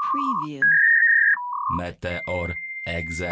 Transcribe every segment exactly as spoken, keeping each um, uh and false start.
Preview. Meteor Exe.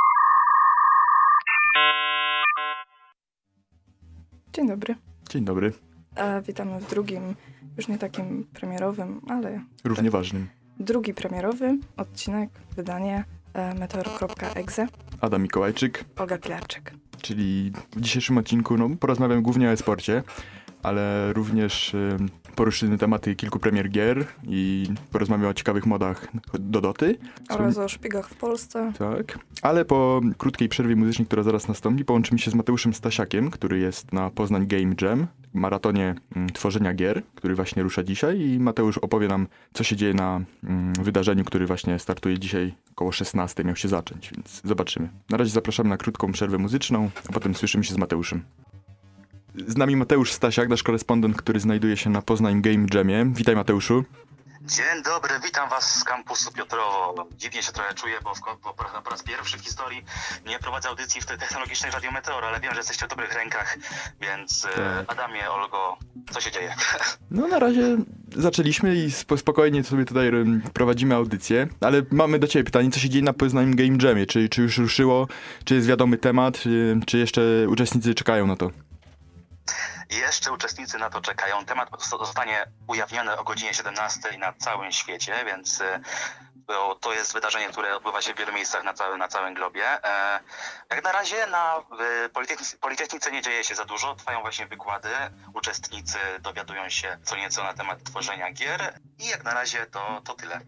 Dzień dobry. Dzień dobry. A witamy w drugim, już nie takim premierowym, ale... Równie ważnym. Drugi premierowy odcinek, wydanie e, meteor kropka exe. Adam Mikołajczyk, Olga Pilarczyk. czyli w dzisiejszym odcinku no, porozmawiam głównie o e-sporcie, ale również y, poruszymy tematy kilku premier gier i porozmawiam o ciekawych modach do Doty. Oraz o szpiegach w Polsce. Tak, ale po krótkiej przerwie muzycznej, która zaraz nastąpi, połączymy się z Mateuszem Stasiakiem, który jest na Poznań Game Jam, maratonie mm, tworzenia gier, który właśnie rusza dzisiaj, i Mateusz opowie nam, co się dzieje na mm, wydarzeniu, który właśnie startuje dzisiaj około szesnastej, miał się zacząć, więc zobaczymy. Na razie zapraszamy na krótką przerwę muzyczną, a potem słyszymy się z Mateuszem. Z nami Mateusz Stasiak, nasz korespondent, który znajduje się na Poznań Game Jamie. Witaj, Mateuszu. Dzień dobry, witam was z kampusu Piotrowo. Dziwnie się trochę czuję, bo, w, bo po raz pierwszy w historii nie prowadzę audycji w tej technologicznej Radio Meteor, ale wiem, że jesteście w dobrych rękach, więc tak. Adamie, Olgo, co się dzieje? No na razie zaczęliśmy i spo, spokojnie sobie tutaj prowadzimy audycję, ale mamy do ciebie pytanie, co się dzieje na Poznań Game Jamie? Czy, czy już ruszyło, czy jest wiadomy temat, czy, czy jeszcze uczestnicy czekają na to? Jeszcze uczestnicy na to czekają. Temat zostanie ujawniony o godzinie siedemnastej na całym świecie, więc to jest wydarzenie, które odbywa się w wielu miejscach na, cały, na całym globie. Jak na razie na Politechnice, Politechnice nie dzieje się za dużo. Trwają właśnie wykłady. Uczestnicy dowiadują się co nieco na temat tworzenia gier i jak na razie to, to tyle.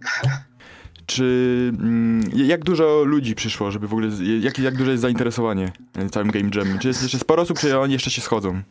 Czy jak dużo ludzi przyszło, żeby w ogóle, jak, jak duże jest zainteresowanie całym Game Jamem? Czy jest jeszcze sporo osób, czy oni jeszcze się schodzą?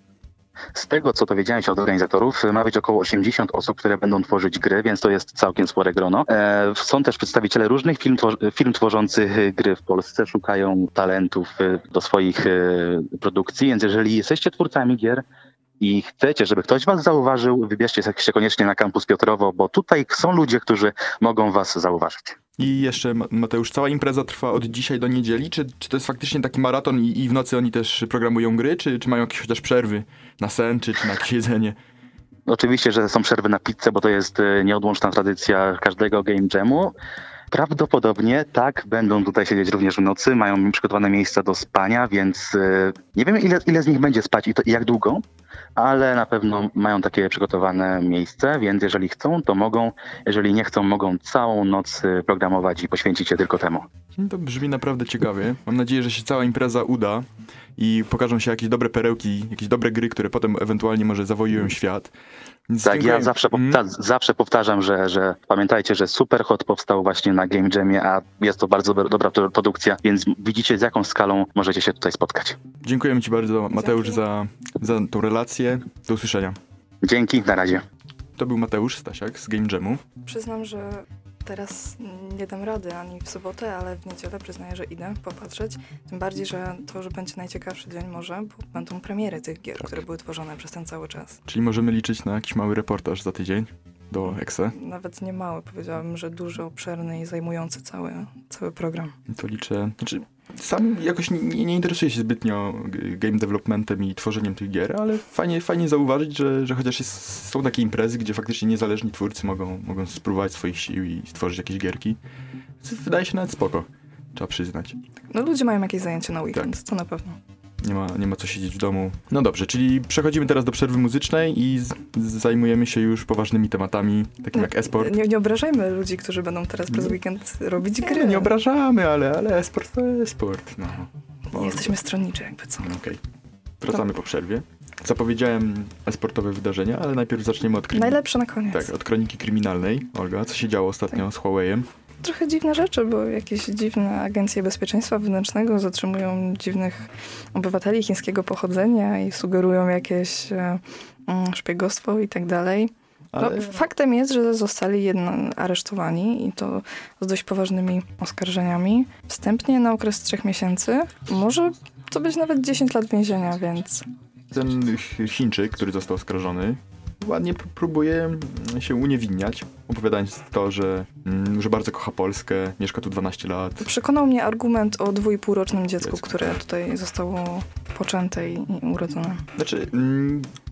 Z tego, co dowiedziałem się od organizatorów, ma być około osiemdziesiąt osób, które będą tworzyć gry, więc to jest całkiem spore grono. E, są też przedstawiciele różnych firm, twor- firm tworzących gry w Polsce, szukają talentów do swoich e, produkcji, więc jeżeli jesteście twórcami gier i chcecie, żeby ktoś was zauważył, wybierzcie się koniecznie na kampus Piotrowo, bo tutaj są ludzie, którzy mogą was zauważyć. I jeszcze, Mateusz, cała impreza trwa od dzisiaj do niedzieli? Czy, czy to jest faktycznie taki maraton i, i w nocy oni też programują gry? Czy, czy mają jakieś chociaż przerwy na sen, czy, czy na jakieś jedzenie? Oczywiście, że są przerwy na pizzę, bo to jest nieodłączna tradycja każdego Game Jamu. Prawdopodobnie tak, będą tutaj siedzieć również w nocy, mają przygotowane miejsca do spania, więc nie wiem, ile, ile z nich będzie spać i, to, i jak długo, ale na pewno mają takie przygotowane miejsce, więc jeżeli chcą, to mogą, jeżeli nie chcą, mogą całą noc programować i poświęcić się tylko temu. To brzmi naprawdę ciekawie. Mam nadzieję, że się cała impreza uda i pokażą się jakieś dobre perełki, jakieś dobre gry, które potem ewentualnie może zawojują świat. Więc tak, dziękuję. ja zawsze, powta- mm. zawsze powtarzam, że, że pamiętajcie, że Superhot powstał właśnie na Game Jamie, a jest to bardzo dobra produkcja, więc widzicie, z jaką skalą możecie się tutaj spotkać. Dziękujemy ci bardzo, Mateusz, za, za tą relację. Do usłyszenia. Dzięki, na razie. To był Mateusz Stasiak z Game Jamu. Przyznam, że teraz nie dam rady ani w sobotę, ale w niedzielę przyznaję, że idę popatrzeć. Tym bardziej, że to już będzie najciekawszy dzień może, bo będą premiery tych gier, tak, które były tworzone przez ten cały czas. Czyli możemy liczyć na jakiś mały reportaż za tydzień do Exe? Nawet nie mały, powiedziałabym, że duży, obszerny i zajmujący cały, cały program. To liczę... Znaczy, sam jakoś nie, nie interesuję się zbytnio game developmentem i tworzeniem tych gier, ale fajnie, fajnie zauważyć, że, że chociaż jest, są takie imprezy, gdzie faktycznie niezależni twórcy mogą, mogą spróbować swoich sił i stworzyć jakieś gierki. Wydaje się nawet spoko, trzeba przyznać. No ludzie mają jakieś zajęcie na weekend, tak. To na pewno. Nie ma, nie ma co siedzieć w domu. No dobrze, czyli przechodzimy teraz do przerwy muzycznej i z, zajmujemy się już poważnymi tematami, takim no, jak e-sport. Nie, nie obrażajmy ludzi, którzy będą teraz przez weekend robić gry. Nie, nie obrażamy, ale, ale e-sport to e-sport. No. Nie jesteśmy stronniczy jakby co. Okej. Okay. Wracamy no. po przerwie. Zapowiedziałem e-sportowe wydarzenia, ale najpierw zaczniemy od... Krim... Najlepsze na koniec. Tak, od kroniki kryminalnej. Olga, co się działo ostatnio tak. z Huawei'em? Trochę dziwne rzeczy, bo jakieś dziwne agencje bezpieczeństwa wewnętrznego zatrzymują dziwnych obywateli chińskiego pochodzenia i sugerują jakieś e, szpiegostwo i tak dalej. Ale... No, faktem jest, że zostali jedno, aresztowani i to z dość poważnymi oskarżeniami. Wstępnie na okres trzech miesięcy. Może to być nawet dziesięć lat więzienia, więc... Ten Chińczyk, który został oskarżony, ładnie próbuje się uniewinniać, opowiadając to, że, że bardzo kocha Polskę, mieszka tu dwanaście lat. Przekonał mnie argument o dwu i pół rocznym dziecku, dziecku, które tak. tutaj zostało poczęte i urodzone. Znaczy, mm,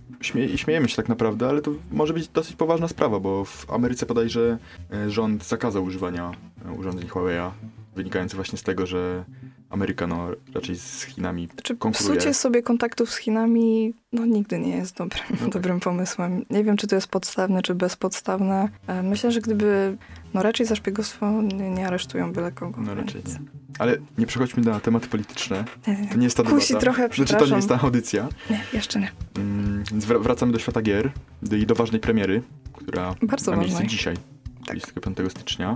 śmie- śmiejemy się tak naprawdę, ale to może być dosyć poważna sprawa, bo w Ameryce bodajże e, rząd zakazał używania e, urządzeń Huawei'a, wynikający właśnie z tego, że Ameryka no, raczej z Chinami Czy konkuruje. psucie sobie kontaktów z Chinami no, nigdy nie jest dobrym, No dobrym pomysłem. Nie wiem, czy to jest podstawne, czy bezpodstawne. E, Myślę, że gdyby, no raczej za szpiegostwo nie, nie aresztują byle kogo. No raczej więc- nie. Ale nie przechodźmy na tematy polityczne. Nie, nie, To nie jest ta Kusi debata. trochę, Znaczy to nie przepraszam. jest ta audycja. Nie, jeszcze nie. Mm, Więc wr- wracamy do świata gier do, i do ważnej premiery, która Bardzo ma miejsce ważnej. dzisiaj, Tak. dwudziestego piątego stycznia.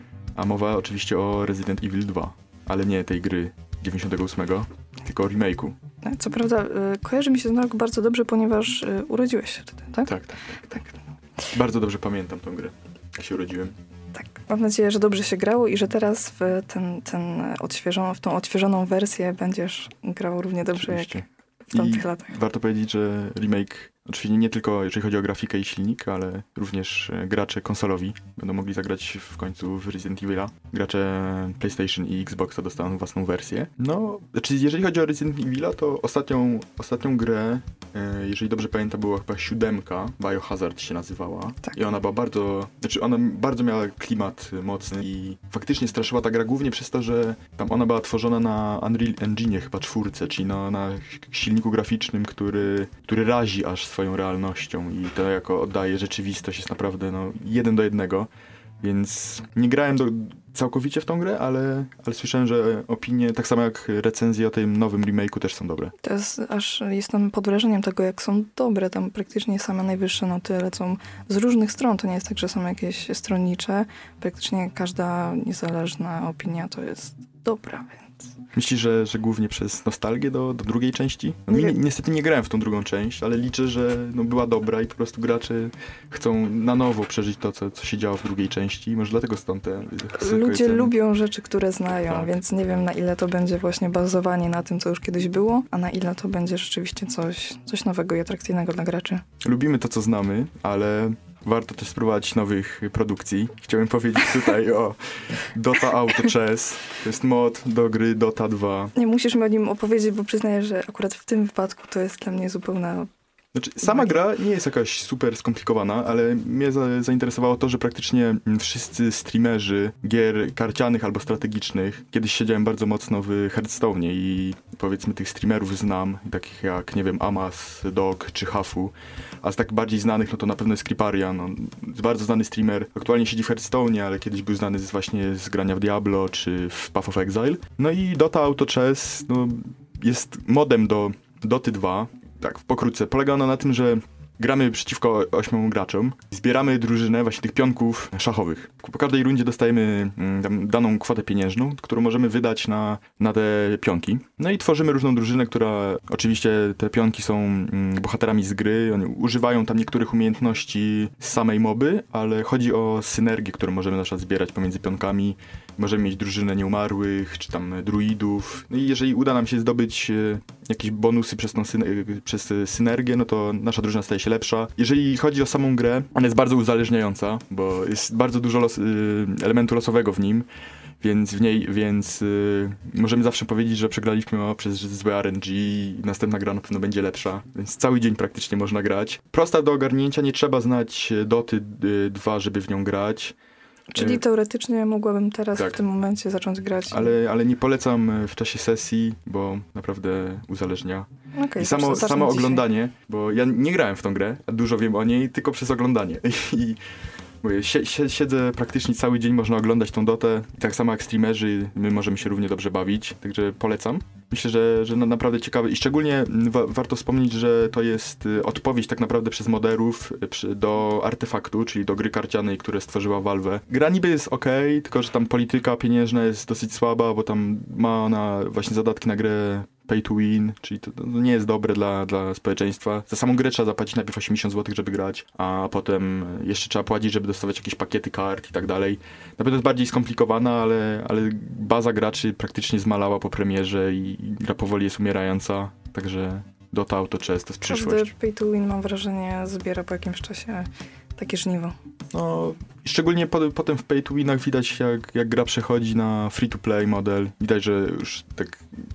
A mowa oczywiście o Resident Evil dwa, ale nie tej gry dziewięćdziesiątego ósmego, tylko o remake'u. Co prawda, y, kojarzy mi się ten rok bardzo dobrze, ponieważ y, urodziłeś się wtedy, tak? Tak, tak. Tak. Bardzo dobrze pamiętam tą grę, jak się urodziłem. Tak. Mam nadzieję, że dobrze się grało i że teraz w, ten, ten odświeżoną, w tą odświeżoną wersję będziesz grał równie dobrze Oczywiście. jak w tamtych I latach. warto powiedzieć, że remake, oczywiście nie tylko jeżeli chodzi o grafikę i silnik, ale również e, gracze konsolowi będą mogli zagrać w końcu w Resident Evil'a. Gracze PlayStation i Xboxa dostaną własną wersję. No, znaczy jeżeli chodzi o Resident Evil'a, to ostatnią, ostatnią grę, e, jeżeli dobrze pamiętam, była chyba siódemka, Biohazard się nazywała. Tak. I ona była bardzo, znaczy ona bardzo miała klimat mocny i faktycznie straszyła ta gra głównie przez to, że tam ona była tworzona na Unreal Engine chyba czwórce, czyli no, na silniku graficznym, który, który razi aż swoją realnością i to jako oddaje rzeczywistość jest naprawdę no, jeden do jednego. Więc nie grałem do, całkowicie w tą grę, ale, ale słyszałem, że opinie, tak samo jak recenzje o tym nowym remake'u też są dobre. To jest, aż jestem pod wrażeniem tego, jak są dobre. Tam praktycznie same najwyższe noty lecą z różnych stron. To nie jest tak, że są jakieś stronnicze. Praktycznie każda niezależna opinia to jest dobra, więc... Myślisz, że, że głównie przez nostalgię do, do drugiej części? No, mi, Nie. niestety nie grałem w tą drugą część, ale liczę, że no, była dobra i po prostu gracze chcą na nowo przeżyć to, co, co się działo w drugiej części i może dlatego stąd te wysokie Ludzie ceny. lubią rzeczy, które znają, Tak. więc nie wiem, na ile to będzie właśnie bazowanie na tym, co już kiedyś było, a na ile to będzie rzeczywiście coś, coś nowego i atrakcyjnego dla graczy. Lubimy to, co znamy, ale warto też spróbować nowych produkcji. Chciałem powiedzieć tutaj o Dota Auto Chess. To jest mod do gry Dota dwa. Nie musisz mi o nim opowiedzieć, bo przyznaję, że akurat w tym wypadku to jest dla mnie zupełna... Znaczy, sama gra nie jest jakaś super skomplikowana, ale mnie za, zainteresowało to, że praktycznie wszyscy streamerzy gier karcianych albo strategicznych, kiedyś siedziałem bardzo mocno w Hearthstone'ie i powiedzmy tych streamerów znam, takich jak, nie wiem, Amas, Dog czy Hafu, a z tak bardziej znanych, no to na pewno jest Kriparian, on jest bardzo znany streamer, aktualnie siedzi w Hearthstone'ie, ale kiedyś był znany z właśnie z grania w Diablo czy w Path of Exile. No i Dota Auto Chess, no, jest modem do Doty dwa. Tak, pokrótce. Polega ona na tym, że gramy przeciwko ośmiu graczom. Zbieramy drużynę właśnie tych pionków szachowych. Po każdej rundzie dostajemy mm, tam daną kwotę pieniężną, którą możemy wydać na, na te pionki. No i tworzymy różną drużynę, która oczywiście te pionki są mm, bohaterami z gry. Oni używają tam niektórych umiejętności z samej moby, ale chodzi o synergię, którą możemy na przykład zbierać pomiędzy pionkami. Możemy mieć drużynę nieumarłych, czy tam druidów. No i jeżeli uda nam się zdobyć e, jakieś bonusy przez, tą syne- przez e, synergię, no to nasza drużyna staje się lepsza. Jeżeli chodzi o samą grę, ona jest bardzo uzależniająca, bo jest bardzo dużo los- e, elementu losowego w nim, więc w niej, więc e, możemy zawsze powiedzieć, że przegraliśmy o, przez złe R N G i następna gra na pewno będzie lepsza, więc cały dzień praktycznie można grać. Prosta do ogarnięcia, nie trzeba znać Doty dwa, żeby w nią grać. Czyli teoretycznie mogłabym teraz tak. w tym momencie zacząć grać. Ale, ale nie polecam w czasie sesji, bo naprawdę uzależnia. Okay, I samo, zacznę samo dzisiaj. oglądanie, bo ja nie grałem w tą grę, a dużo wiem o niej tylko przez oglądanie. I mówię, sie, sie, siedzę praktycznie cały dzień, można oglądać tą Dotę. I tak samo jak streamerzy, my możemy się równie dobrze bawić, także polecam. Myślę, że, że na, naprawdę ciekawe i szczególnie wa- warto wspomnieć, że to jest y, odpowiedź tak naprawdę przez moderów y, przy, do Artefaktu, czyli do gry karcianej, które stworzyła Valve. Gra niby jest okej, tylko że tam polityka pieniężna jest dosyć słaba, bo tam ma ona właśnie zadatki na grę pay to win, czyli to, to nie jest dobre dla, dla społeczeństwa. Za samą grę trzeba zapłacić najpierw osiemdziesiąt złotych, żeby grać, a potem jeszcze trzeba płacić, żeby dostawać jakieś pakiety kart i tak dalej. Na pewno jest bardziej skomplikowana, ale, ale baza graczy praktycznie zmalała po premierze i gra powoli jest umierająca, także Dota Auto Chess to jest przyszłość. Każdy pay to win, mam wrażenie, zbiera po jakimś czasie takie żniwo. No, szczególnie po, potem w pay to winach widać, jak, jak gra przechodzi na free to play model. Widać, że już tak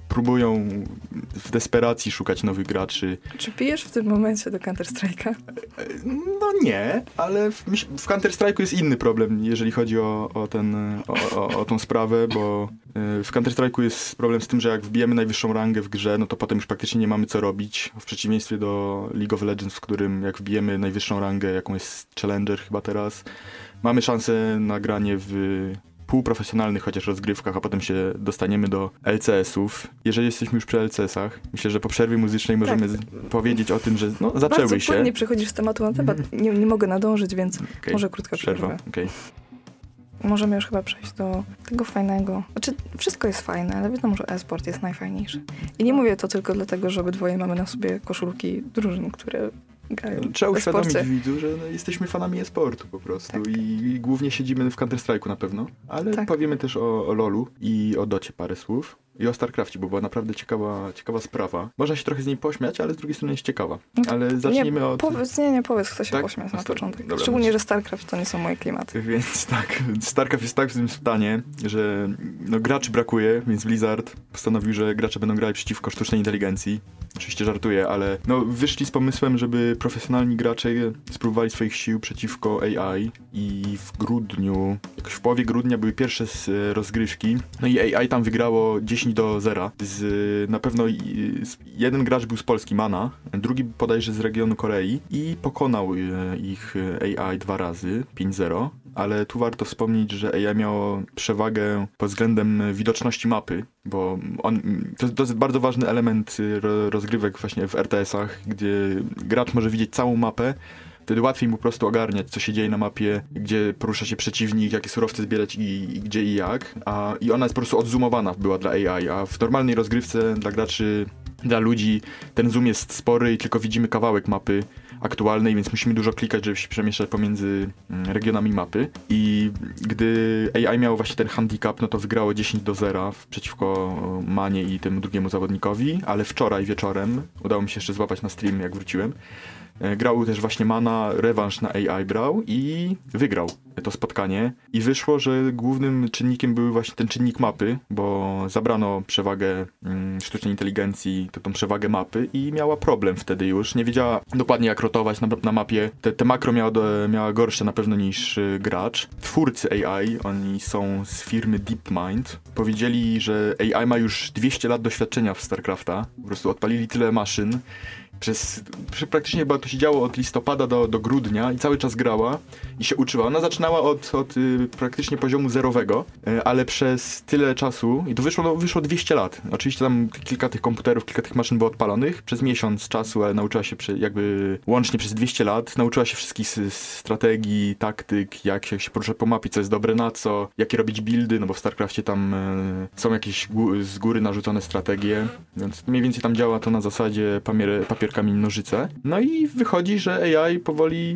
próbują w desperacji szukać nowych graczy. Czy pijesz w tym momencie do Counter-Strike'a? No nie, ale w, w Counter-Strike'u jest inny problem, jeżeli chodzi o, o, ten, o, o, o tą sprawę, bo w Counter-Strike'u jest problem z tym, że jak wbijemy najwyższą rangę w grze, no to potem już praktycznie nie mamy co robić, w przeciwieństwie do League of Legends, w którym jak wbijemy najwyższą rangę, jaką jest Challenger chyba teraz, mamy szansę na granie w półprofesjonalnych chociaż rozgrywkach, a potem się dostaniemy do L C S-ów. Jeżeli jesteśmy już przy L C S-ach, myślę, że po przerwie muzycznej możemy tak. z- powiedzieć o tym, że no, zaczęły Bardzo się. Bardzo przechodzisz z tematu na temat. Nie, nie mogę nadążyć, więc okay. może krótka przerwa. przerwa. Okay. Możemy już chyba przejść do tego fajnego. Znaczy, wszystko jest fajne, ale wiadomo, że e-sport jest najfajniejszy. I nie mówię to tylko dlatego, że obydwoje mamy na sobie koszulki drużyn, które grają Trzeba w e-sporcie. uświadomić widzu, że no, jesteśmy fanami e-sportu po prostu tak. I, i głównie siedzimy w Counter-Strike'u na pewno, ale tak. powiemy też o, o LoLu i o Docie parę słów. I o StarCraftie, bo była naprawdę ciekawa, ciekawa sprawa. Można się trochę z niej pośmiać, ale z drugiej strony jest ciekawa. Ale zacznijmy nie, od... Powiedz, nie, nie powiedz, chcę się tak? pośmiać na Star... początek. Dobra, Szczególnie, no. że StarCraft to nie są moje klimaty. Więc tak, StarCraft jest tak w tym stanie, że no, graczy brakuje, więc Blizzard postanowił, że gracze będą grali przeciwko sztucznej inteligencji. Oczywiście żartuję, ale no, wyszli z pomysłem, żeby profesjonalni gracze spróbowali swoich sił przeciwko A I i w grudniu, jakoś w połowie grudnia były pierwsze rozgrywki. No i A I tam wygrało dziesięć do zera. Z, na pewno z, jeden gracz był z Polski, Mana, drugi bodajże z regionu Korei i pokonał ich A I dwa razy, pięć zero, ale tu warto wspomnieć, że A I miało przewagę pod względem widoczności mapy, bo on, to, to jest bardzo ważny element rozgrywek właśnie w R T S-ach, gdzie gracz może widzieć całą mapę. Wtedy łatwiej mu po prostu ogarniać, co się dzieje na mapie, gdzie porusza się przeciwnik, jakie surowce zbierać i, i gdzie i jak. A, I ona jest po prostu odzoomowana była dla A I, a w normalnej rozgrywce dla graczy, dla ludzi ten zoom jest spory i tylko widzimy kawałek mapy aktualnej, więc musimy dużo klikać, żeby się przemieszczać pomiędzy regionami mapy. I gdy A I miało właśnie ten handicap, no to wygrało dziesięć do zera przeciwko Manie i temu drugiemu zawodnikowi, ale wczoraj wieczorem, udało mi się jeszcze złapać na stream, jak wróciłem, grał też właśnie Mana, rewanż na A I brał i wygrał to spotkanie. I wyszło, że głównym czynnikiem był właśnie ten czynnik mapy, bo zabrano przewagę mm, sztucznej inteligencji, to tą przewagę mapy i miała problem wtedy już. Nie wiedziała dokładnie jak rotować na, na mapie. Te, te makro miała, do, miała gorsze na pewno niż y, gracz. Twórcy A I, oni są z firmy DeepMind, powiedzieli, że A I ma już dwieście lat doświadczenia w StarCrafta. Po prostu odpalili tyle maszyn. Przez, przez praktycznie chyba to się działo od listopada do, do grudnia i cały czas grała i się uczyła. Ona zaczynała od, od y, praktycznie poziomu zerowego, y, ale przez tyle czasu, i to wyszło, no, wyszło dwieście lat. Oczywiście tam kilka tych komputerów, kilka tych maszyn było odpalonych przez miesiąc czasu, ale nauczyła się przy, jakby łącznie przez dwieście lat. Nauczyła się wszystkich s- strategii, taktyk, jak się, jak się porusza po mapie, co jest dobre na co, jakie robić buildy, no bo w StarCraftie tam y, są jakieś gó- z góry narzucone strategie, więc mniej więcej tam działa to na zasadzie papier, papier kamień, nożyce. No i wychodzi, że A I powoli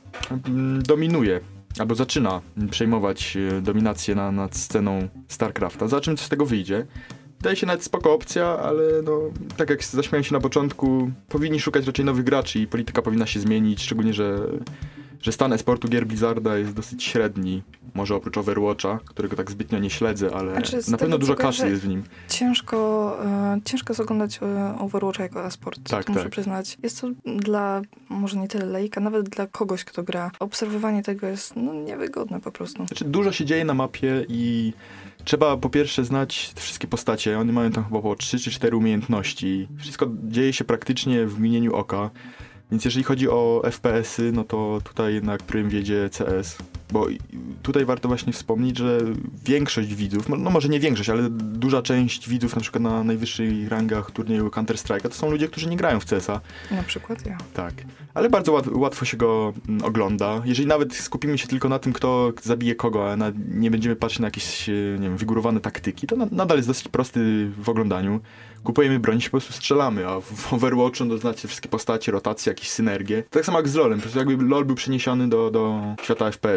dominuje, albo zaczyna przejmować dominację na, nad sceną StarCrafta. Zobaczymy, co z tego wyjdzie. Wydaje się nawet spoko opcja, ale no, tak jak zaśmiałem się na początku, powinni szukać raczej nowych graczy i polityka powinna się zmienić, szczególnie, że, że stan e-sportu gier Blizzarda jest dosyć średni. Może oprócz Overwatcha, którego tak zbytnio nie śledzę, ale znaczy, na pewno dużo kasy jest w nim. Ciężko, e, ciężko jest oglądać e, Overwatcha jako e-sport, tak, to muszę tak. przyznać. Jest to dla, może nie tyle laika, nawet dla kogoś, kto gra. Obserwowanie tego jest no, niewygodne po prostu. Znaczy, dużo się dzieje na mapie i trzeba po pierwsze znać te wszystkie postacie. One mają tam chyba około trzy czy cztery umiejętności. Wszystko dzieje się praktycznie w mgnieniu oka. Więc jeżeli chodzi o F P S-y, no to tutaj jednak prym wiedzie C S. Bo tutaj warto właśnie wspomnieć, że większość widzów, no może nie większość, ale duża część widzów na przykład na najwyższych rangach turnieju Counter-Strike'a to są ludzie, którzy nie grają w C S a. Na przykład ja. Tak, ale bardzo łat, łatwo się go ogląda. Jeżeli nawet skupimy się tylko na tym, kto zabije kogo, a na, nie będziemy patrzeć na jakieś, nie wiem, wygórowane taktyki, to na, nadal jest dosyć prosty w oglądaniu. Kupujemy broń i się po prostu strzelamy, a w Overwatchu no, znacie wszystkie postacie, rotacje, jakieś synergie. Tak samo jak z LoLem, po prostu jakby LoL był przeniesiony do, do świata F P S ów.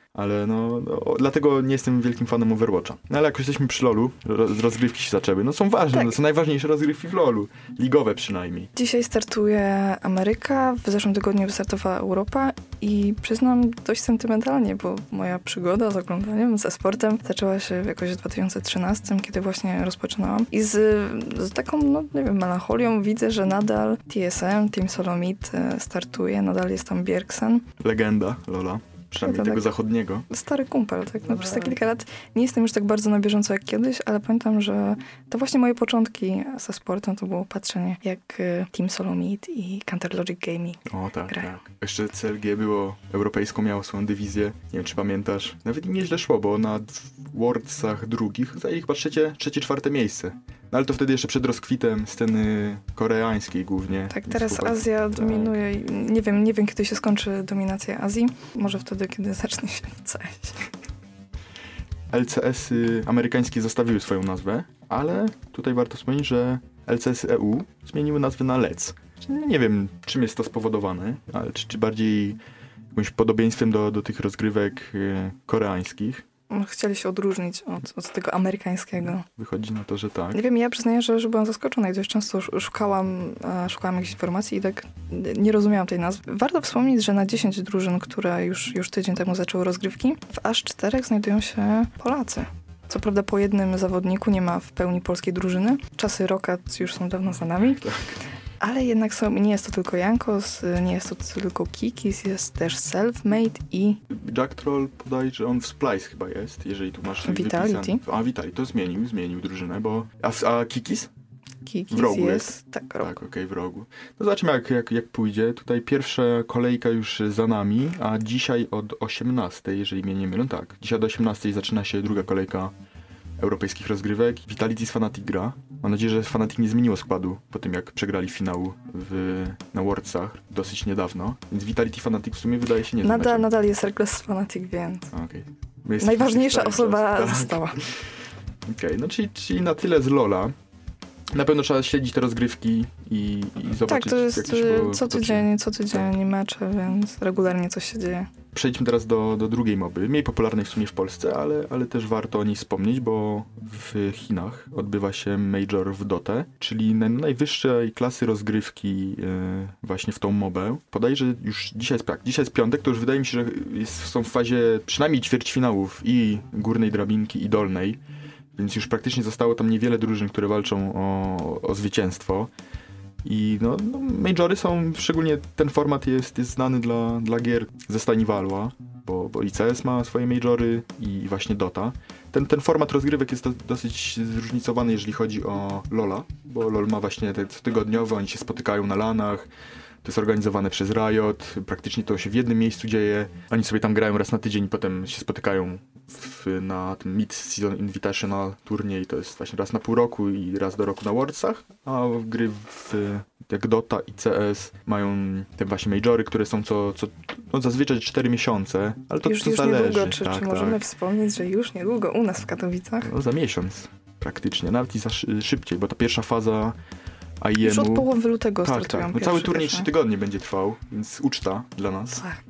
ale no, no dlatego nie jestem wielkim fanem Overwatcha. No ale jak już jesteśmy przy LoLu, roz, rozgrywki się zaczęły, no są ważne, Tak. no, są najważniejsze rozgrywki w LoLu, ligowe przynajmniej. Dzisiaj startuje Ameryka, w zeszłym tygodniu wystartowała Europa i przyznam dość sentymentalnie, bo moja przygoda z oglądaniem, ze sportem zaczęła się jakoś w dwa tysiące trzynastym, kiedy właśnie rozpoczynałam. I z, z taką, no nie wiem, melancholią widzę, że nadal T S M, Team Solomid startuje, nadal jest tam Bjergsen. Legenda LoLa. Przynajmniej To tego tak. zachodniego. Stary kumpel, tak? No, przez te kilka lat nie jestem już tak bardzo na bieżąco jak kiedyś, ale pamiętam, że to właśnie moje początki ze sportem to było patrzenie, jak y, Team Solomid i Counter Logic Gaming O tak, grają. tak. Jeszcze C L G było, europejską miało swoją dywizję, nie wiem czy pamiętasz. Nawet im nieźle szło, bo na Worldsach drugich zajęli chyba trzecie, trzecie, czwarte miejsce. No ale to wtedy jeszcze przed rozkwitem sceny koreańskiej głównie. Tak, Więc teraz chłopak- Azja tak. dominuje. i Nie wiem, nie wiem, kiedy się skończy dominacja Azji. Może wtedy, kiedy zacznie się C S. L C S-y amerykańskie zostawiły swoją nazwę, ale tutaj warto wspomnieć, że L C S-y E U zmieniły nazwę na L E C. Nie wiem, czym jest to spowodowane, ale czy, czy bardziej jakimś podobieństwem do, do tych rozgrywek y, koreańskich. Chcieli się odróżnić od, od tego amerykańskiego. Wychodzi na to, że tak. Nie wiem, ja przyznaję, że, że byłam zaskoczona i dość często sz- szukałam, e, szukałam jakichś informacji i tak nie rozumiałam tej nazwy. Warto wspomnieć, że na dziesięć drużyn, które już, już tydzień temu zaczęły rozgrywki, w aż czterech znajdują się Polacy. Co prawda po jednym zawodniku nie ma w pełni polskiej drużyny. Czasy Rocket już są dawno za nami. Ale jednak są, nie jest to tylko Jankos, nie jest to tylko Kikis, jest też Selfmade i Jack Troll podaje, że on w Splice chyba jest, jeżeli tu masz Vitality. wypisane. A, Vitality, to zmienił, zmienił drużynę, bo... A, a Kikis? Kikis W rogu jest... Tak, rok. Tak, okej, w rogu. No zobaczymy jak, jak, jak pójdzie. Tutaj pierwsza kolejka już za nami, a dzisiaj od osiemnastej, jeżeli mnie nie mylę, tak, dzisiaj od osiemnastej zaczyna się druga kolejka europejskich rozgrywek. Vitality z Fnatic gra. Mam nadzieję, że Fnatic nie zmieniło składu po tym, jak przegrali finał w, na Worldsach dosyć niedawno. Więc Vitality Fnatic w sumie wydaje się nie Nadal, nadal jest Reckless Fnatic, więc Okay. My najważniejsza jesteśmy w osoba cały czas. została. Tak. Okej, okay, no czyli, czyli na tyle z LoLa. Na pewno trzeba śledzić te rozgrywki i, i zobaczyć, Tak, to jest jak to się y, co tydzień, co tydzień mecze, więc regularnie coś się dzieje. Przejdźmy teraz do, do drugiej moby, mniej popularnej w sumie w Polsce, ale, ale też warto o niej wspomnieć, bo w Chinach odbywa się Major w Dotę, czyli naj, najwyższej klasy rozgrywki yy, właśnie w tą mobę. Podaję, że już dzisiaj jest, tak, dzisiaj jest piątek, to już wydaje mi się, że jest, są w fazie przynajmniej ćwierćfinałów i górnej drabinki i dolnej, więc już praktycznie zostało tam niewiele drużyn, które walczą o, o zwycięstwo. I no, no, majory są, szczególnie ten format jest, jest znany dla, dla gier ze stajni Valve'a, bo, bo i C S ma swoje majory i właśnie Dota. Ten, ten format rozgrywek jest do, dosyć zróżnicowany, jeżeli chodzi o LoL'a, bo LoL ma właśnie te cotygodniowe, oni się spotykają na lanach, to jest organizowane przez Riot, praktycznie to się w jednym miejscu dzieje, oni sobie tam grają raz na tydzień i potem się spotykają w, na tym Mid-Season Invitational turniej, to jest właśnie raz na pół roku i raz do roku na Worldsach, a gry w, jak Dota i C S mają te właśnie majory, które są co, co no zazwyczaj cztery miesiące, ale to, już to już zależy. niedługo, czy, tak, czy możemy tak. wspomnieć, że już niedługo u nas w Katowicach? No za miesiąc praktycznie, nawet i za szy- szybciej, bo ta pierwsza faza I M-u... Już od połowy lutego Tak, startują tak. No pierwsze, cały turniej pierwsze. trzy tygodnie będzie trwał, więc uczta dla nas. Tak.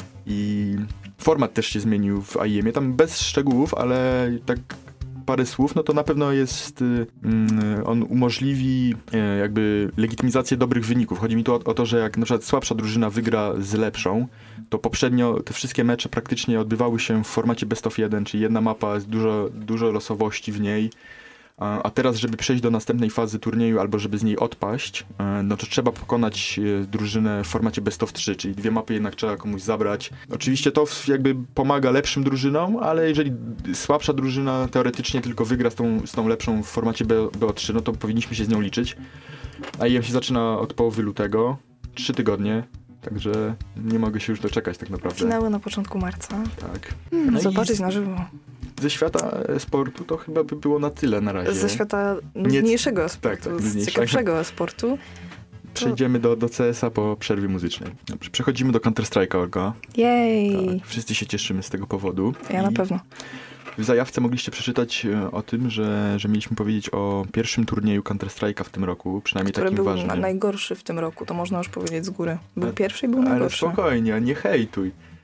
I format też się zmienił w I M-ie, tam bez szczegółów, ale tak parę słów, no to na pewno jest, mm, on umożliwi e, jakby legitymizację dobrych wyników. Chodzi mi tu o, o to, że jak na przykład słabsza drużyna wygra z lepszą, to poprzednio te wszystkie mecze praktycznie odbywały się w formacie best of jeden, czyli jedna mapa, jest dużo, dużo losowości w niej. A teraz, żeby przejść do następnej fazy turnieju albo żeby z niej odpaść, no to trzeba pokonać drużynę w formacie best of trzy, czyli dwie mapy jednak trzeba komuś zabrać. Oczywiście to jakby pomaga lepszym drużynom, ale jeżeli słabsza drużyna teoretycznie tylko wygra z tą, z tą lepszą w formacie B O trzy, no to powinniśmy się z nią liczyć. A I M się zaczyna od połowy lutego, trzy tygodnie. Także nie mogę się już doczekać tak naprawdę. Finały na początku marca. Tak. Hmm, No i zobaczyć z- na żywo. Ze świata sportu to chyba by było na tyle na razie. Ze świata nudniejszego sportu, tak, z nudniejszego. ciekawszego sportu. Przejdziemy do, do C S a po przerwie muzycznej. Dobrze, przechodzimy do Counter-Strike'a, Olga. Jej! Tak, wszyscy się cieszymy z tego powodu. Ja na I pewno. W zajawce mogliście przeczytać e, o tym, że, że mieliśmy powiedzieć o pierwszym turnieju Counter-Strike'a w tym roku, przynajmniej Który takim był ważnym. na- najgorszy w tym roku, to można już powiedzieć z góry. Był Ale- pierwszy i był Ale najgorszy. spokojnie, nie hejtuj.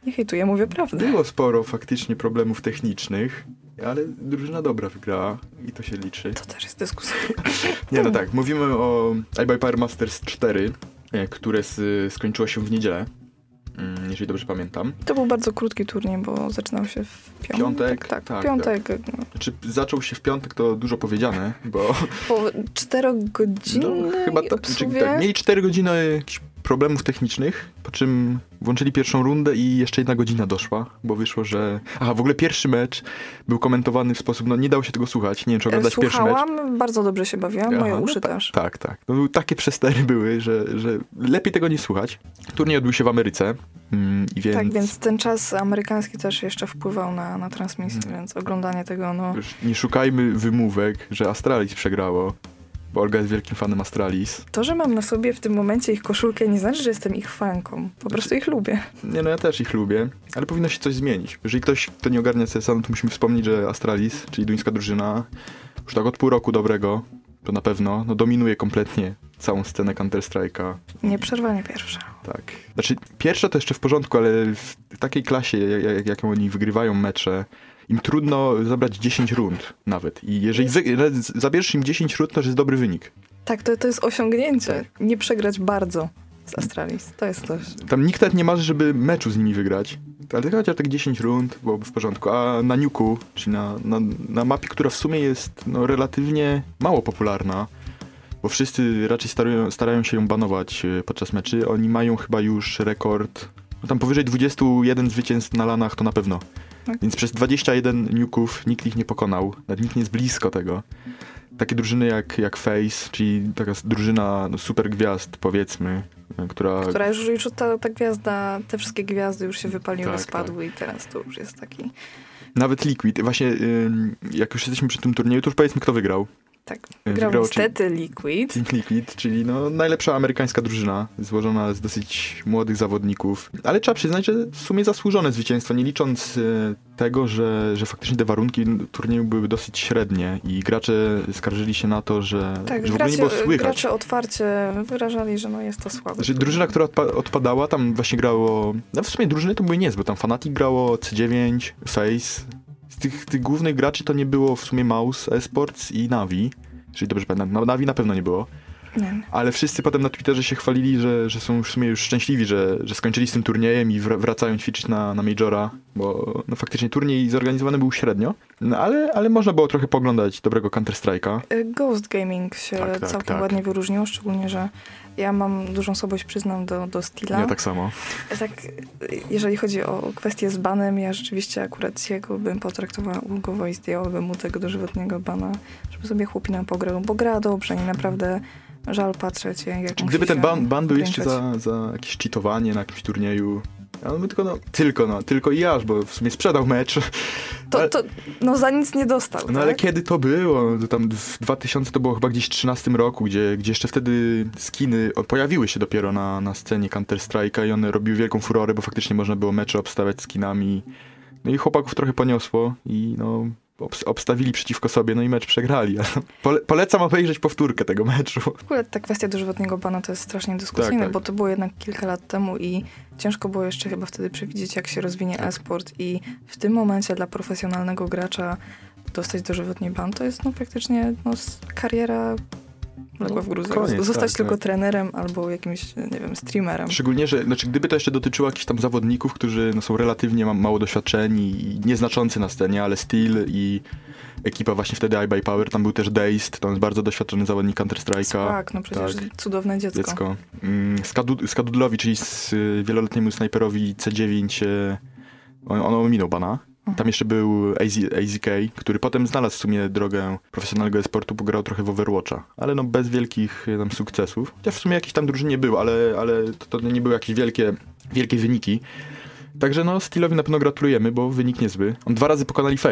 Nie hejtuję, mówię prawdę. Było sporo faktycznie problemów technicznych, ale drużyna dobra wygrała i to się liczy. To też jest dyskusja. Nie, no tak, mówimy o iBuyPower Masters cztery, e, które s- skończyło się w niedzielę, mm, jeżeli dobrze pamiętam. To był bardzo krótki turniej, bo zaczynał się w piątek. Piątek? Tak, Tak, piątek. No. Znaczy, zaczął się w piątek, to dużo powiedziane, bo Po czterogodzinnej no, chyba ta, czy, obsługie. tak, mieli cztery godziny jakichś problemów technicznych, po czym włączyli pierwszą rundę i jeszcze jedna godzina doszła, bo wyszło, że... Aha, w ogóle pierwszy mecz był komentowany w sposób, no nie dało się tego słuchać, nie wiem, czy oglądać pierwszy mecz. Słuchałam, bardzo dobrze się bawiłam, moje Aha, uszy no, też. Tak, tak. No, takie przestery były, że, że lepiej tego nie słuchać. Turniej odbył się w Ameryce, mm, i więc... Tak, więc ten czas amerykański też jeszcze wpływał na, na transmisję, Mhm. więc oglądanie tego, no... Już nie szukajmy wymówek, że Astralis przegrało, bo Olga jest wielkim fanem Astralis. To, że mam na sobie w tym momencie ich koszulkę, nie znaczy, że jestem ich fanką. Po prostu ich lubię. Nie, no ja też ich lubię, ale powinno się coś zmienić. Jeżeli ktoś, kto nie ogarnia C S a, no to musimy wspomnieć, że Astralis, czyli duńska drużyna, już tak od pół roku dobrego, to na pewno, no dominuje kompletnie całą scenę Counter-Strike'a. Nieprzerwanie pierwsza. Tak. Znaczy, pierwsza to jeszcze w porządku, ale w takiej klasie, jak, jak, jaką oni wygrywają mecze, im trudno zabrać dziesięć rund nawet. I jeżeli wy, zabierzesz im dziesięć rund, to już jest dobry wynik. Tak, to, to jest osiągnięcie. Tak. Nie przegrać bardzo z Astralis. To jest coś. Tam nikt nawet nie marzy, żeby meczu z nimi wygrać. Ale chociaż tak dziesięć rund byłoby w porządku. A na Nuku, czyli na, na, na mapie, która w sumie jest no, relatywnie mało popularna, bo wszyscy raczej starają, starają się ją banować podczas meczy, oni mają chyba już rekord, no tam powyżej dwadzieścia jeden zwycięstw na lanach to na pewno. Tak. Więc przez dwadzieścia jeden nuków nikt ich nie pokonał, nawet nikt nie jest blisko tego. Takie drużyny jak, jak FaZe, czyli taka drużyna no, super gwiazd, powiedzmy, która... Która już, już ta, ta gwiazda, te wszystkie gwiazdy już się wypaliły, Tak, spadły i teraz to już jest taki... Nawet Liquid. Właśnie ym, jak już jesteśmy przy tym turnieju, to już powiedzmy, kto wygrał. Tak, Wygrał grał niestety Liquid. Team Liquid, czyli no, najlepsza amerykańska drużyna, złożona z dosyć młodych zawodników. Ale trzeba przyznać, że w sumie zasłużone zwycięstwo, nie licząc y, tego, że, że faktycznie te warunki turnieju były dosyć średnie i gracze skarżyli się na to, że, Tak, że w ogóle nie było gracze, słychać. gracze otwarcie wyrażali, że no jest to słabe. Że drużyna, która odpa- odpadała, tam właśnie grało... No w sumie drużyny to były niezłe, tam Fnatic grało, C dziewięć, FaZe. Z tych, tych głównych graczy to nie było w sumie Mouse Esports i Navi, czyli dobrze pamiętam, no, Navi na pewno nie było. Nie. Ale wszyscy potem na Twitterze się chwalili, że, że są w sumie już szczęśliwi, że, że skończyli z tym turniejem i wr- wracają ćwiczyć na, na Majora, bo no, faktycznie turniej zorganizowany był średnio, no, ale, ale można było trochę poglądać dobrego Counter-Strike'a. Ghost Gaming się Tak, tak, całkiem tak. ładnie wyróżniło, szczególnie, że ja mam dużą słabość, przyznam, do, do Steela. Ja tak samo. Tak, jeżeli chodzi o kwestię z banem, ja rzeczywiście akurat jego bym potraktowała ulgowo i zdjęłabym mu tego dożywotniego bana, żeby sobie chłopina pograł, bo gra dobrze i naprawdę żal patrzeć, jak musi Gdyby ten się ban, ban był jeszcze kręcać. za, za jakieś cheatowanie na jakimś turnieju, ja on by tylko, no, tylko, no, tylko i aż, bo w sumie sprzedał mecz. To, ale- to no za nic nie dostał, No tak? ale kiedy to było? To tam w dwa tysiące to było chyba gdzieś w trzynastym roku, gdzie, gdzie jeszcze wtedy skiny o, pojawiły się dopiero na, na scenie Counter-Strike'a i one robiły wielką furorę, bo faktycznie można było mecze obstawiać skinami. No i chłopaków trochę poniosło i no obs- obstawili przeciwko sobie, no i mecz przegrali. Pole- polecam obejrzeć powtórkę tego meczu. W ogóle ta kwestia dożywotniego bana to jest strasznie dyskusyjne, Tak, tak. bo to było jednak kilka lat temu i ciężko było jeszcze chyba wtedy przewidzieć, jak się rozwinie Tak. e-sport i w tym momencie dla profesjonalnego gracza dostać dożywotni ban to jest no praktycznie no, s- kariera legła w gruzach. koniec, Zostać tak, tylko tak. trenerem albo jakimś, nie wiem, streamerem. Szczególnie, że znaczy, gdyby to jeszcze dotyczyło jakichś tam zawodników, którzy no, są relatywnie ma- mało doświadczeni i nieznaczący na scenie, ale Steel i ekipa właśnie wtedy iBuyPower, tam był też Dazed, to jest bardzo doświadczony zawodnik Counter-Strike'a. Tak, no przecież tak. cudowne dziecko. Dziecko. Mm, Skadu- Skadudlowi, czyli z, y, wieloletniemu snajperowi C dziewięć, y, on, on ominął bana. Tam jeszcze był A Z, A Z K, który potem znalazł w sumie drogę profesjonalnego e-sportu, pograł trochę w Overwatcha, ale no bez wielkich y, tam sukcesów. Chociaż w sumie jakiś tam drużynie był, ale, ale to, to nie były jakieś wielkie, wielkie wyniki. Także no Steelowi na pewno gratulujemy, bo wynik niezły. On dwa razy pokonali FaZe,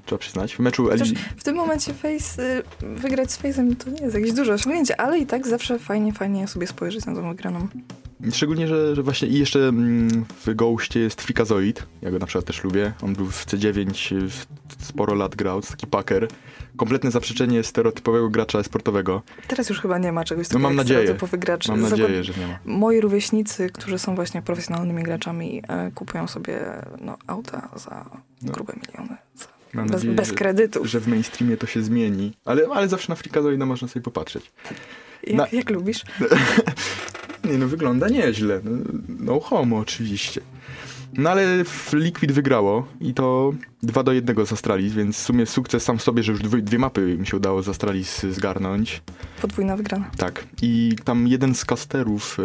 trzeba przyznać. W meczu Chociaż Eli... w tym momencie Face, y, wygrać z Face'em to nie jest jakieś duże osiągnięcie, ale i tak zawsze fajnie, fajnie sobie spojrzeć na tą wygraną. Szczególnie, że, że właśnie i jeszcze mm, w Ghoście jest Frikazoid. Ja go na przykład też lubię. On był w C dziewięć w, sporo lat grał, to taki packer. Kompletne zaprzeczenie stereotypowego gracza sportowego. Teraz już chyba nie ma czegoś takiego no, mam jak nadzieję. stereotypowy gracz. Mam Zakład... nadzieję, że nie ma. Moi rówieśnicy, którzy są właśnie profesjonalnymi graczami, e, kupują sobie no, auta za No. grube miliony. Za... Mam Bez, nadzieję, bez że, kredytów. że w mainstreamie to się zmieni. Ale, ale zawsze na Frikazoida można sobie popatrzeć. Jak, na- jak lubisz? Nie no, wygląda nieźle. No, no homo oczywiście. No ale w Liquid wygrało i to dwa do jednego z Astralis, więc w sumie sukces sam w sobie, że już dwie, dwie mapy mi się udało z Astralis zgarnąć. Podwójna wygrana. Tak. I tam jeden z casterów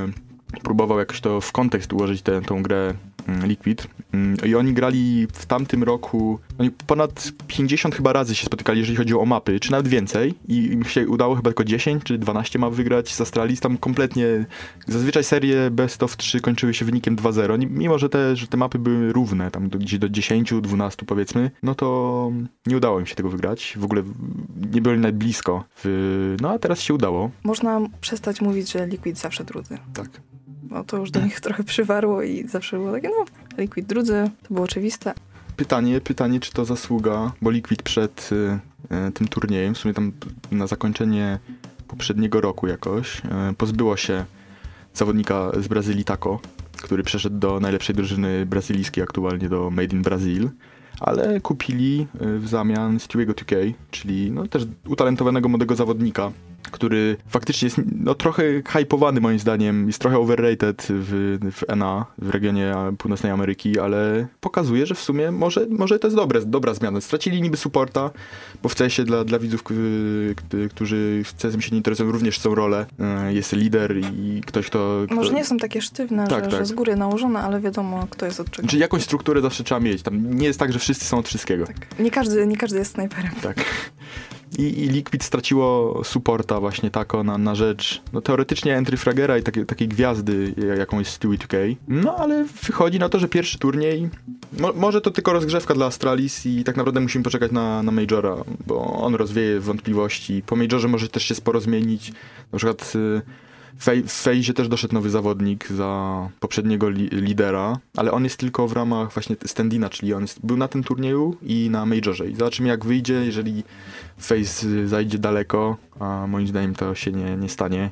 e, próbował jakoś to w kontekst ułożyć tę tą grę mm, Liquid. Mm, I oni grali w tamtym roku, oni ponad pięćdziesiąt chyba razy się spotykali, jeżeli chodzi o mapy, czy nawet więcej. I im się udało chyba tylko dziesięć czy dwanaście map wygrać z Astralis. Tam kompletnie, zazwyczaj serie Best of trzy kończyły się wynikiem dwa zero. Ni- Mimo, że te, że te mapy były równe, tam do, gdzieś do dziesięć dwanaście powiedzmy, no to nie udało im się tego wygrać. W ogóle nie byli nawet blisko. W, no a teraz się udało. Można przestać mówić, że Liquid zawsze drudzy. Tak. Bo to już do nich trochę przywarło i zawsze było takie, no, Liquid drudzy, to było oczywiste. Pytanie, pytanie, czy to zasługa, bo Liquid przed y, y, tym turniejem, w sumie tam na zakończenie poprzedniego roku jakoś, y, pozbyło się zawodnika z Brazylii Taco, który przeszedł do najlepszej drużyny brazylijskiej aktualnie, do Made in Brazil, ale kupili y, w zamian Stewiego two K, czyli no, też utalentowanego młodego zawodnika, który faktycznie jest no, trochę hypowany moim zdaniem, jest trochę overrated w, w N A, w regionie Północnej Ameryki, ale pokazuje, że w sumie może, może to jest dobre, dobra zmiana. Stracili niby supporta, bo w C S ie dla, dla widzów, k- k- którzy w C S em się nie interesują, również są role. Jest lider i ktoś, kto... kto... Może nie są takie sztywne, Tak, że, tak. że z góry nałożone, ale wiadomo, kto jest od czego. Czyli jakąś strukturę zawsze trzeba mieć. Tam nie jest tak, że wszyscy są od wszystkiego. Tak. Nie każdy, nie każdy jest snajperem. Tak. I, I Liquid straciło supporta właśnie tako na, na rzecz, no teoretycznie entry fragera i takie, takiej gwiazdy, jaką jest Stewie two K. No ale wychodzi na to, że pierwszy turniej, mo, może to tylko rozgrzewka dla Astralis i tak naprawdę musimy poczekać na, na Majora, bo on rozwieje wątpliwości. Po Majorze może też się sporo zmienić. Na przykład y, w Fejzie też doszedł nowy zawodnik za poprzedniego li lidera, ale on jest tylko w ramach właśnie stand-ina, czyli on jest, był na tym turnieju i na Majorze. I zobaczymy jak wyjdzie, jeżeli Face zajdzie daleko, a moim zdaniem to się nie, nie stanie,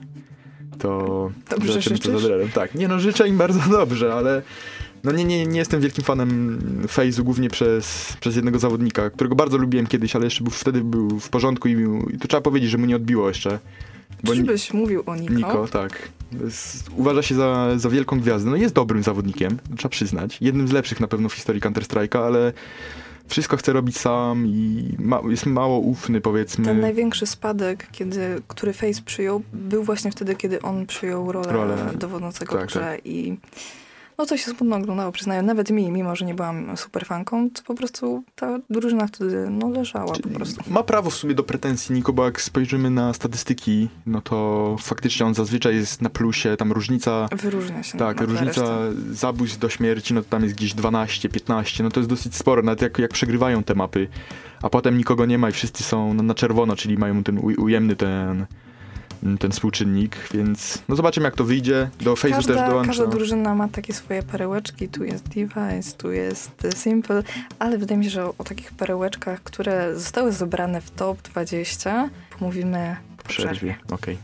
to Dobrze zobaczymy życzysz? to za Drerem. Tak, nie no, życzę im bardzo dobrze, ale no nie, nie, nie jestem wielkim fanem Face'u, głównie przez, przez jednego zawodnika, którego bardzo lubiłem kiedyś, ale jeszcze był, wtedy był w porządku i, i to trzeba powiedzieć, że mu nie odbiło jeszcze. Bo Czyżbyś mówił o Niko? Niko, tak. Jest, uważa się za, za wielką gwiazdę. No jest dobrym zawodnikiem, trzeba przyznać. Jednym z lepszych na pewno w historii Counter-Strike'a, ale wszystko chce robić sam i ma, jest mało ufny, powiedzmy. Ten największy spadek, kiedy, który Face przyjął, był właśnie wtedy, kiedy on przyjął rolę, Rolę. dowodzącego Tak, w grze tak. i no to się smutno oglądało, przyznaję. Nawet mi, mimo że nie byłam super fanką, to po prostu ta drużyna wtedy no, leżała po prostu. Ma prawo w sumie do pretensji Niko, bo jak spojrzymy na statystyki, no to faktycznie on zazwyczaj jest na plusie, tam różnica... Wyróżnia się. Tak, na tle różnica reszty. zabójstw do śmierci, no to tam jest gdzieś dwanaście, piętnaście, no to jest dosyć sporo, nawet jak, jak przegrywają te mapy, a potem nikogo nie ma i wszyscy są na, na czerwono, czyli mają ten uj, ujemny ten, ten współczynnik, więc no zobaczymy jak to wyjdzie, do Face'u też Każda, dołącza. każda drużyna ma takie swoje perełeczki, tu jest Device, tu jest Simple, ale wydaje mi się, że o, o takich perełeczkach, które zostały zebrane w top dwadzieścia, pomówimy po przerwie. Przerwie, okej.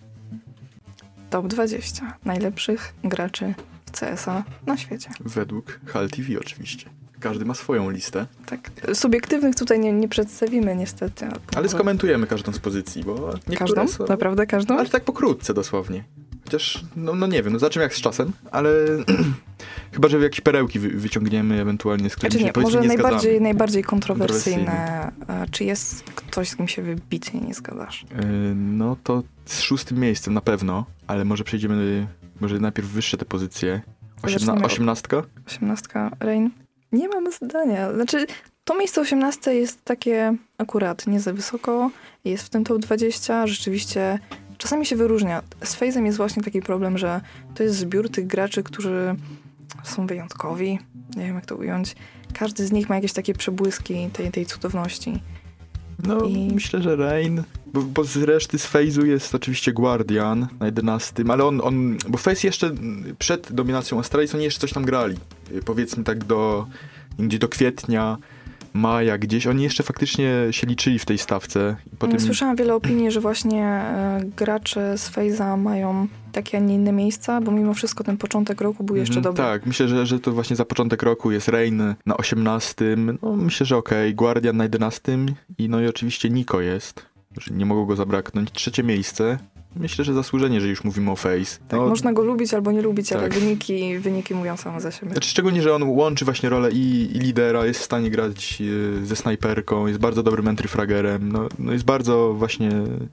Top dwadzieścia najlepszych graczy w C S a na świecie. Według H L T V oczywiście. Każdy ma swoją listę, Tak. Subiektywnych tutaj nie, nie przedstawimy niestety. ale skomentujemy każdą z pozycji, bo niektóre Każdą? są... Naprawdę każdą? Ale tak pokrótce dosłownie. Chociaż, no, no nie wiem, no zobaczymy jak z czasem, ale chyba, że jakieś perełki wy wyciągniemy ewentualnie, z którymi Znaczy się nie, powiedzmy może nie najbardziej, zgadzamy. najbardziej kontrowersyjne. E, Czy jest ktoś, z kim się wybitnie nie zgadzasz? Yy, no to z szóstym miejscem na pewno, ale może przejdziemy, może najpierw wyższe te pozycje. Osiemna Zaczniemy od- osiemnastka? osiemnastka Rain? Nie mam zdania. Znaczy, to miejsce osiemnaste jest takie akurat nie za wysoko. Jest w tym top dwadzieścia. Rzeczywiście czasami się wyróżnia. Z Faze'em jest właśnie taki problem, że to jest zbiór tych graczy, którzy są wyjątkowi. Nie wiem, jak to ująć. każdy z nich ma jakieś takie przebłyski tej, tej cudowności. No, I- myślę, że Rain, bo, bo z reszty z Phase'u jest oczywiście Guardian na jedenastym, ale on, on bo Phase jeszcze przed dominacją Astralis oni jeszcze coś tam grali. Powiedzmy tak do, gdzie do kwietnia, maja gdzieś, oni jeszcze faktycznie się liczyli w tej stawce. I potem... Słyszałam wiele opinii, że właśnie e, gracze z Phase'a mają takie, a nie inne miejsca, bo mimo wszystko ten początek roku był jeszcze Mhm, dobry. Tak, myślę, że, że to właśnie za początek roku jest Rain na osiemnastym, no myślę, że okej, okay. Guardian na jedenastym i no i oczywiście Nico jest, że nie mogło go zabraknąć. Trzecie miejsce, myślę, że zasłużenie, że już mówimy o Phase. Tak, no, można go lubić albo nie lubić, ale tak. wyniki, wyniki mówią same za siebie. Znaczy, szczególnie, że on łączy właśnie rolę i, i lidera, jest w stanie grać y, ze snajperką, jest bardzo dobrym entry-fragerem, no, no jest bardzo właśnie,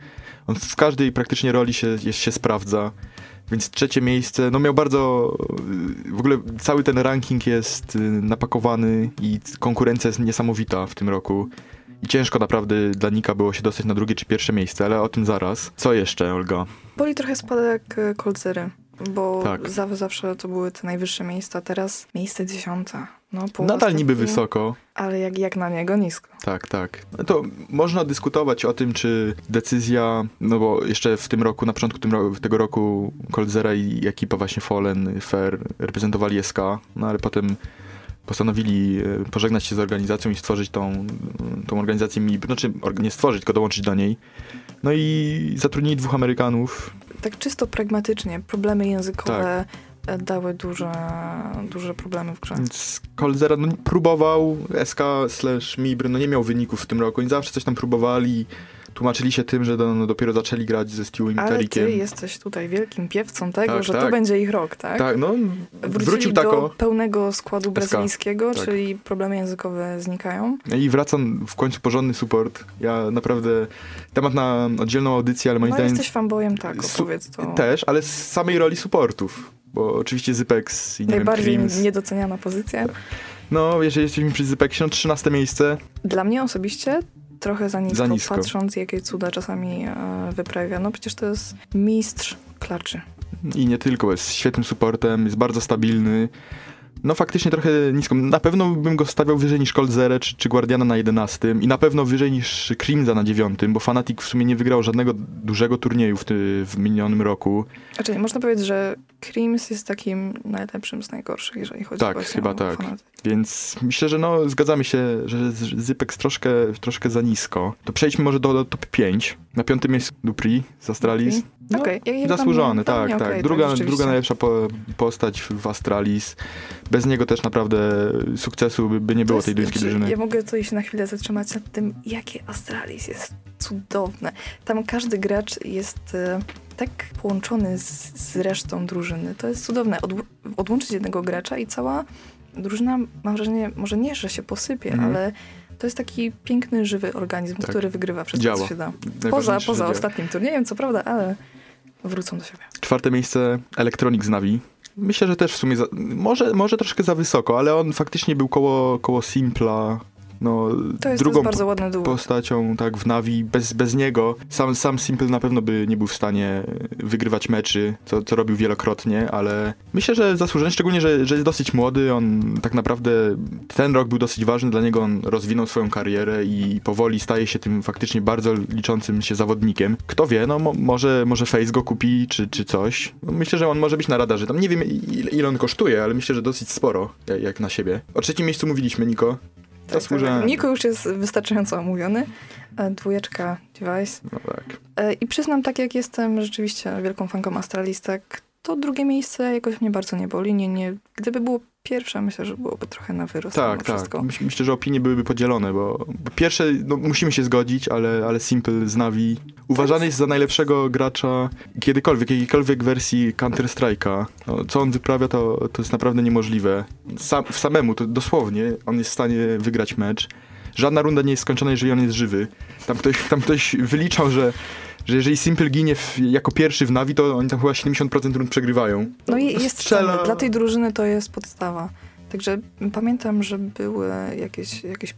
on w każdej praktycznie roli się, jest, się sprawdza. Więc trzecie miejsce, no miał bardzo, w ogóle cały ten ranking jest napakowany i konkurencja jest niesamowita w tym roku. I ciężko naprawdę dla Nika było się dostać na drugie czy pierwsze miejsce, ale o tym zaraz. Co jeszcze, Olga? Boli trochę spadek e, Coldzery, bo Tak. za, zawsze to były te najwyższe miejsca, teraz miejsce dziesiąte. No, połowa Nadal niby stawki, wysoko. ale jak, jak na niego nisko. Tak, tak. No to można dyskutować o tym, czy decyzja, no bo jeszcze w tym roku, na początku tym ro- tego roku Coldzera i ekipa właśnie Fallen, Fair reprezentowali S K, no ale potem postanowili e, pożegnać się z organizacją i stworzyć tą, tą organizację M I B, znaczy or- nie stworzyć, tylko dołączyć do niej. No i zatrudnili dwóch Amerykanów. Tak czysto pragmatycznie, problemy językowe e, dały duże, duże problemy w grze. Więc Coldzera no, próbował, S K slash M I B R no nie miał wyników w tym roku, oni zawsze coś tam próbowali, tłumaczyli się tym, że do, no, dopiero zaczęli grać ze Stewem i Ale Tarikiem. ty jesteś tutaj wielkim piewcą tego, Tak, że tak. to będzie ich rok, tak? Tak, no Wrócili wrócił do tako pełnego składu brazylijskiego, tak. czyli problemy językowe znikają. i wraca w końcu porządny support. Ja naprawdę, temat na oddzielną audycję, ale moim No zdaniem jesteś fanboyem, tak, Su- opowiedz to. też, ale z samej roli supportów, bo oczywiście Zypex i nie Najbardziej wiem, Creams. niedoceniana pozycja. No, jeżeli jesteśmy przy Zypexie, no trzynaste miejsce. Dla mnie osobiście trochę za nisko, Za nisko. patrząc jakie cuda czasami e, wyprawia. No przecież to jest mistrz klaczy. I nie tylko, jest świetnym supportem, jest bardzo stabilny. No faktycznie trochę nisko. Na pewno bym go stawiał wyżej niż Coldzera czy, czy Guardiana na jedenastym i na pewno wyżej niż Crimsa na dziewiątym, bo Fnatic w sumie nie wygrał żadnego dużego turnieju w, ty, w minionym roku. Znaczy, można powiedzieć, że Creams jest takim najlepszym z najgorszych, jeżeli chodzi Tak, właśnie chyba o tak. Fnatic. Więc myślę, że no zgadzamy się, że z- Zypex troszkę, troszkę za nisko. To przejdźmy może do, do top pięć. Na piątym miejscu Dupri z Astralis. No, Okej, jak- jak zasłużony, dla mnie- tak, dla mnie tak. okej, Druga, tak, rzeczywiście. druga najlepsza po, postać w Astralis. Bez niego też naprawdę sukcesu by, by nie To było jest- tej duńskiej czy- drużyny. Ja mogę tutaj się na chwilę zatrzymać nad tym, jakie Astralis jest cudowne. Tam każdy gracz jest e, tak połączony z, z resztą drużyny. To jest cudowne. Odł- odłączyć jednego gracza i cała drużyna, mam wrażenie, może nie, że się posypie, Mhm. ale to jest taki piękny, żywy organizm, Tak. który wygrywa wszystko, Działa. co się da. Poza, Najważniejsze, poza że działa. ostatnim turniejem, co prawda, ale wrócą do siebie. Czwarte miejsce Electronic z Navi. Myślę, że też w sumie za, może, może troszkę za wysoko, ale on faktycznie był koło, koło Simpla. No, To jest, to drugą jest bardzo ładny duet. postacią tak w Navi. Bez, bez niego sam, sam Simple na pewno by nie był w stanie wygrywać meczy, co, co robił wielokrotnie, ale myślę, że zasłużony, szczególnie, że, że jest dosyć młody. On tak naprawdę, ten rok był dosyć ważny dla niego, on rozwinął swoją karierę i powoli staje się tym faktycznie bardzo liczącym się zawodnikiem. Kto wie, no mo, może, może Face go kupi, czy, czy coś. No, myślę, że on może być na radarze. Tam nie wiem, ile, ile on kosztuje, ale myślę, że dosyć sporo, jak, jak na siebie. O trzecim miejscu mówiliśmy, Niko. Tak, Zasłużony. tak. Niko już jest wystarczająco omówiony. E, Dwójeczka Device. No tak. E, I przyznam, tak jak jestem rzeczywiście wielką fanką Astralis, tak to drugie miejsce jakoś mnie bardzo nie boli. Nie, nie. Gdyby było pierwsze, myślę, że byłoby trochę na wyrost. Tak, mimo wszystko. tak. Myśl, myślę, że opinie byłyby podzielone, bo, bo pierwsze, no, musimy się zgodzić, ale, ale Simple z Navi uważany jest za najlepszego gracza kiedykolwiek, jakiejkolwiek wersji Counter-Strike'a. No, co on wyprawia, to, to jest naprawdę niemożliwe. Sam, samemu, to dosłownie, on jest w stanie wygrać mecz. Żadna runda nie jest skończona, jeżeli on jest żywy. Tam ktoś, tam ktoś wyliczał, że że jeżeli Simple ginie w, jako pierwszy w Navi, to oni tam chyba siedemdziesiąt procent rund przegrywają. No i jest Strzela- cenny. Dla tej drużyny to jest podstawa. Także pamiętam, że były jakieś, jakieś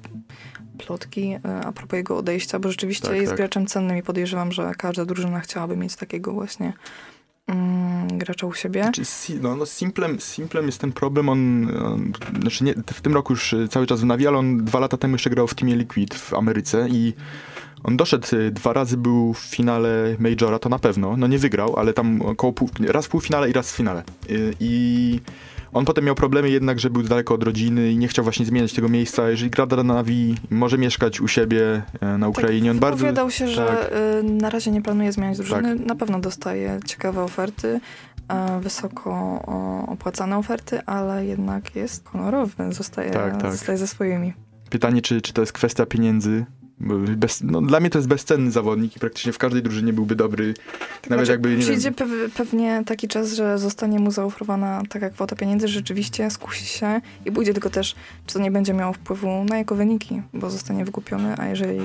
plotki e, a propos jego odejścia, bo rzeczywiście Tak, jest tak. graczem cennym i podejrzewam, że każda drużyna chciałaby mieć takiego właśnie mm, gracza u siebie. Znaczy, si- no, no z Simplem, z Simplem jest ten problem, on, on znaczy nie, w tym roku już cały czas w Navi, ale on dwa lata temu jeszcze grał w Teamie Liquid w Ameryce i on doszedł, dwa razy był w finale Majora, to na pewno, no nie wygrał, ale tam około pół, raz w półfinale i raz w finale. I, i on potem miał problemy jednak, że był daleko od rodziny i nie chciał właśnie zmieniać tego miejsca. Jeżeli gra na Navi, może mieszkać u siebie na Ukrainie. Tak, on bardzo wypowiadał się, że tak. y, na razie nie planuje zmieniać drużyny. Tak. Na pewno dostaje ciekawe oferty, y, wysoko o, opłacane oferty, ale jednak jest honorowy, zostaje, Tak, tak. zostaje ze swoimi. Pytanie, czy, czy to jest kwestia pieniędzy? Bo Bez, no, dla mnie to jest bezcenny zawodnik i praktycznie w każdej drużynie byłby dobry. Nawet Znaczy, jakby, nie przyjdzie wiem... pew- pewnie taki czas, że zostanie mu zaoferowana taka kwota pieniędzy, rzeczywiście skusi się i pójdzie, tylko też, czy to nie będzie miało wpływu na jego wyniki, bo zostanie wykupiony, a jeżeli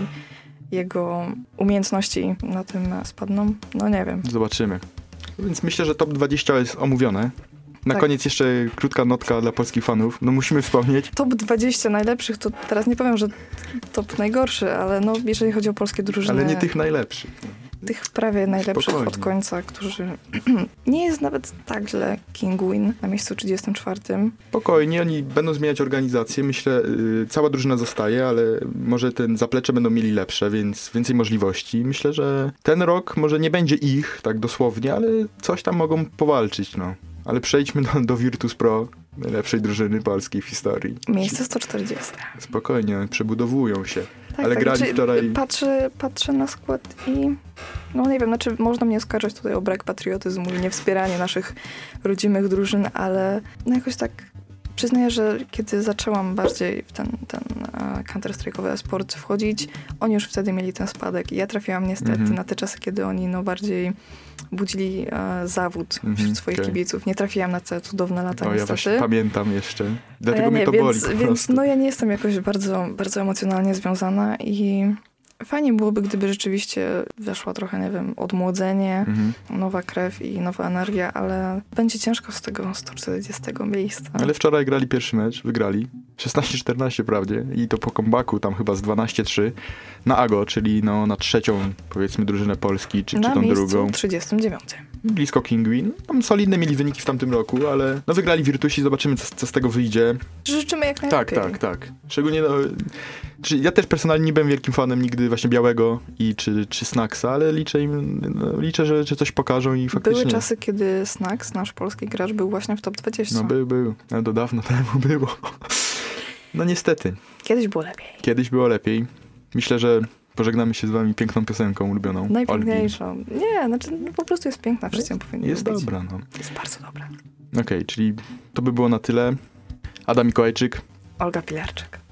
jego umiejętności na tym spadną, no nie wiem. Zobaczymy. Więc myślę, że top dwadzieścia jest omówione. Na Tak. koniec jeszcze krótka notka dla polskich fanów. No musimy wspomnieć. Top dwadzieścia najlepszych, to teraz nie powiem, że top najgorszy, ale no, jeżeli chodzi o polskie drużyny, Ale nie tych najlepszych. tych prawie najlepszych Spokojnie. od końca, którzy nie jest nawet tak źle. Kingwin na miejscu trzydziestym czwartym. Spokojnie, oni będą zmieniać organizację. Myślę, yy, cała drużyna zostaje, ale może ten zaplecze będą mieli lepsze, więc więcej możliwości. Myślę, że ten rok może nie będzie ich, tak dosłownie, ale coś tam mogą powalczyć, no. Ale przejdźmy do, do Virtus Pro, najlepszej drużyny polskiej w historii. Miejsce sto czterdzieste. Spokojnie, przebudowują się. Tak, Ale tak, grali znaczy, wczoraj... Patrzę, patrzę na skład i no nie wiem, znaczy można mnie oskarżać tutaj o brak patriotyzmu i niewspieranie naszych rodzimych drużyn, ale no jakoś tak przyznaję, że kiedy zaczęłam bardziej w ten, ten uh, counter-strike'owy e-sport wchodzić, oni już wtedy mieli ten spadek i ja trafiłam niestety Mhm. na te czasy, kiedy oni no bardziej budzili uh, zawód Mhm, wśród swoich okej. kibiców. Nie trafiłam na te cudowne lata O, ja niestety. właśnie pamiętam jeszcze. A Dlatego ja mnie nie, to więc, boli po Więc prostu. no ja nie jestem jakoś bardzo, bardzo emocjonalnie związana i fajnie byłoby, gdyby rzeczywiście weszła trochę, nie wiem, odmłodzenie, Mhm. nowa krew i nowa energia, ale będzie ciężko z tego sto czterdziestego miejsca. Ale wczoraj grali pierwszy mecz, wygrali. szesnaście czternaście prawie i to po comebacku tam chyba z dwanaście trzy na Ago, czyli no na trzecią powiedzmy drużynę Polski, czy, czy na tą miejscu drugą. trzydziestym dziewiątym. Blisko Kingwin. Tam solidne mieli wyniki w tamtym roku, ale no wygrali Virtusi, zobaczymy co, co z tego wyjdzie. Życzymy jak Tak, najlepiej. tak, tak. Szczególnie no, czy ja też personalnie nie byłem wielkim fanem nigdy właśnie Białego i czy, czy Snacksa, ale liczę im, no, liczę, że, że coś pokażą i faktycznie. Były czasy, kiedy Snacks, nasz polski gracz, był właśnie w top dwadzieścia. No był, był. No to dawno temu było. No niestety. Kiedyś było lepiej. Kiedyś było lepiej. Myślę, że pożegnamy się z wami piękną piosenką ulubioną. Olgi. Najpiękniejszą. Nie, znaczy no, po prostu jest piękna, wszyscy ją powinni Jest lubić. dobra, no. Jest bardzo dobra. Okej, czyli to by było na tyle. Adam Mikołajczyk. Olga Pilarczyk.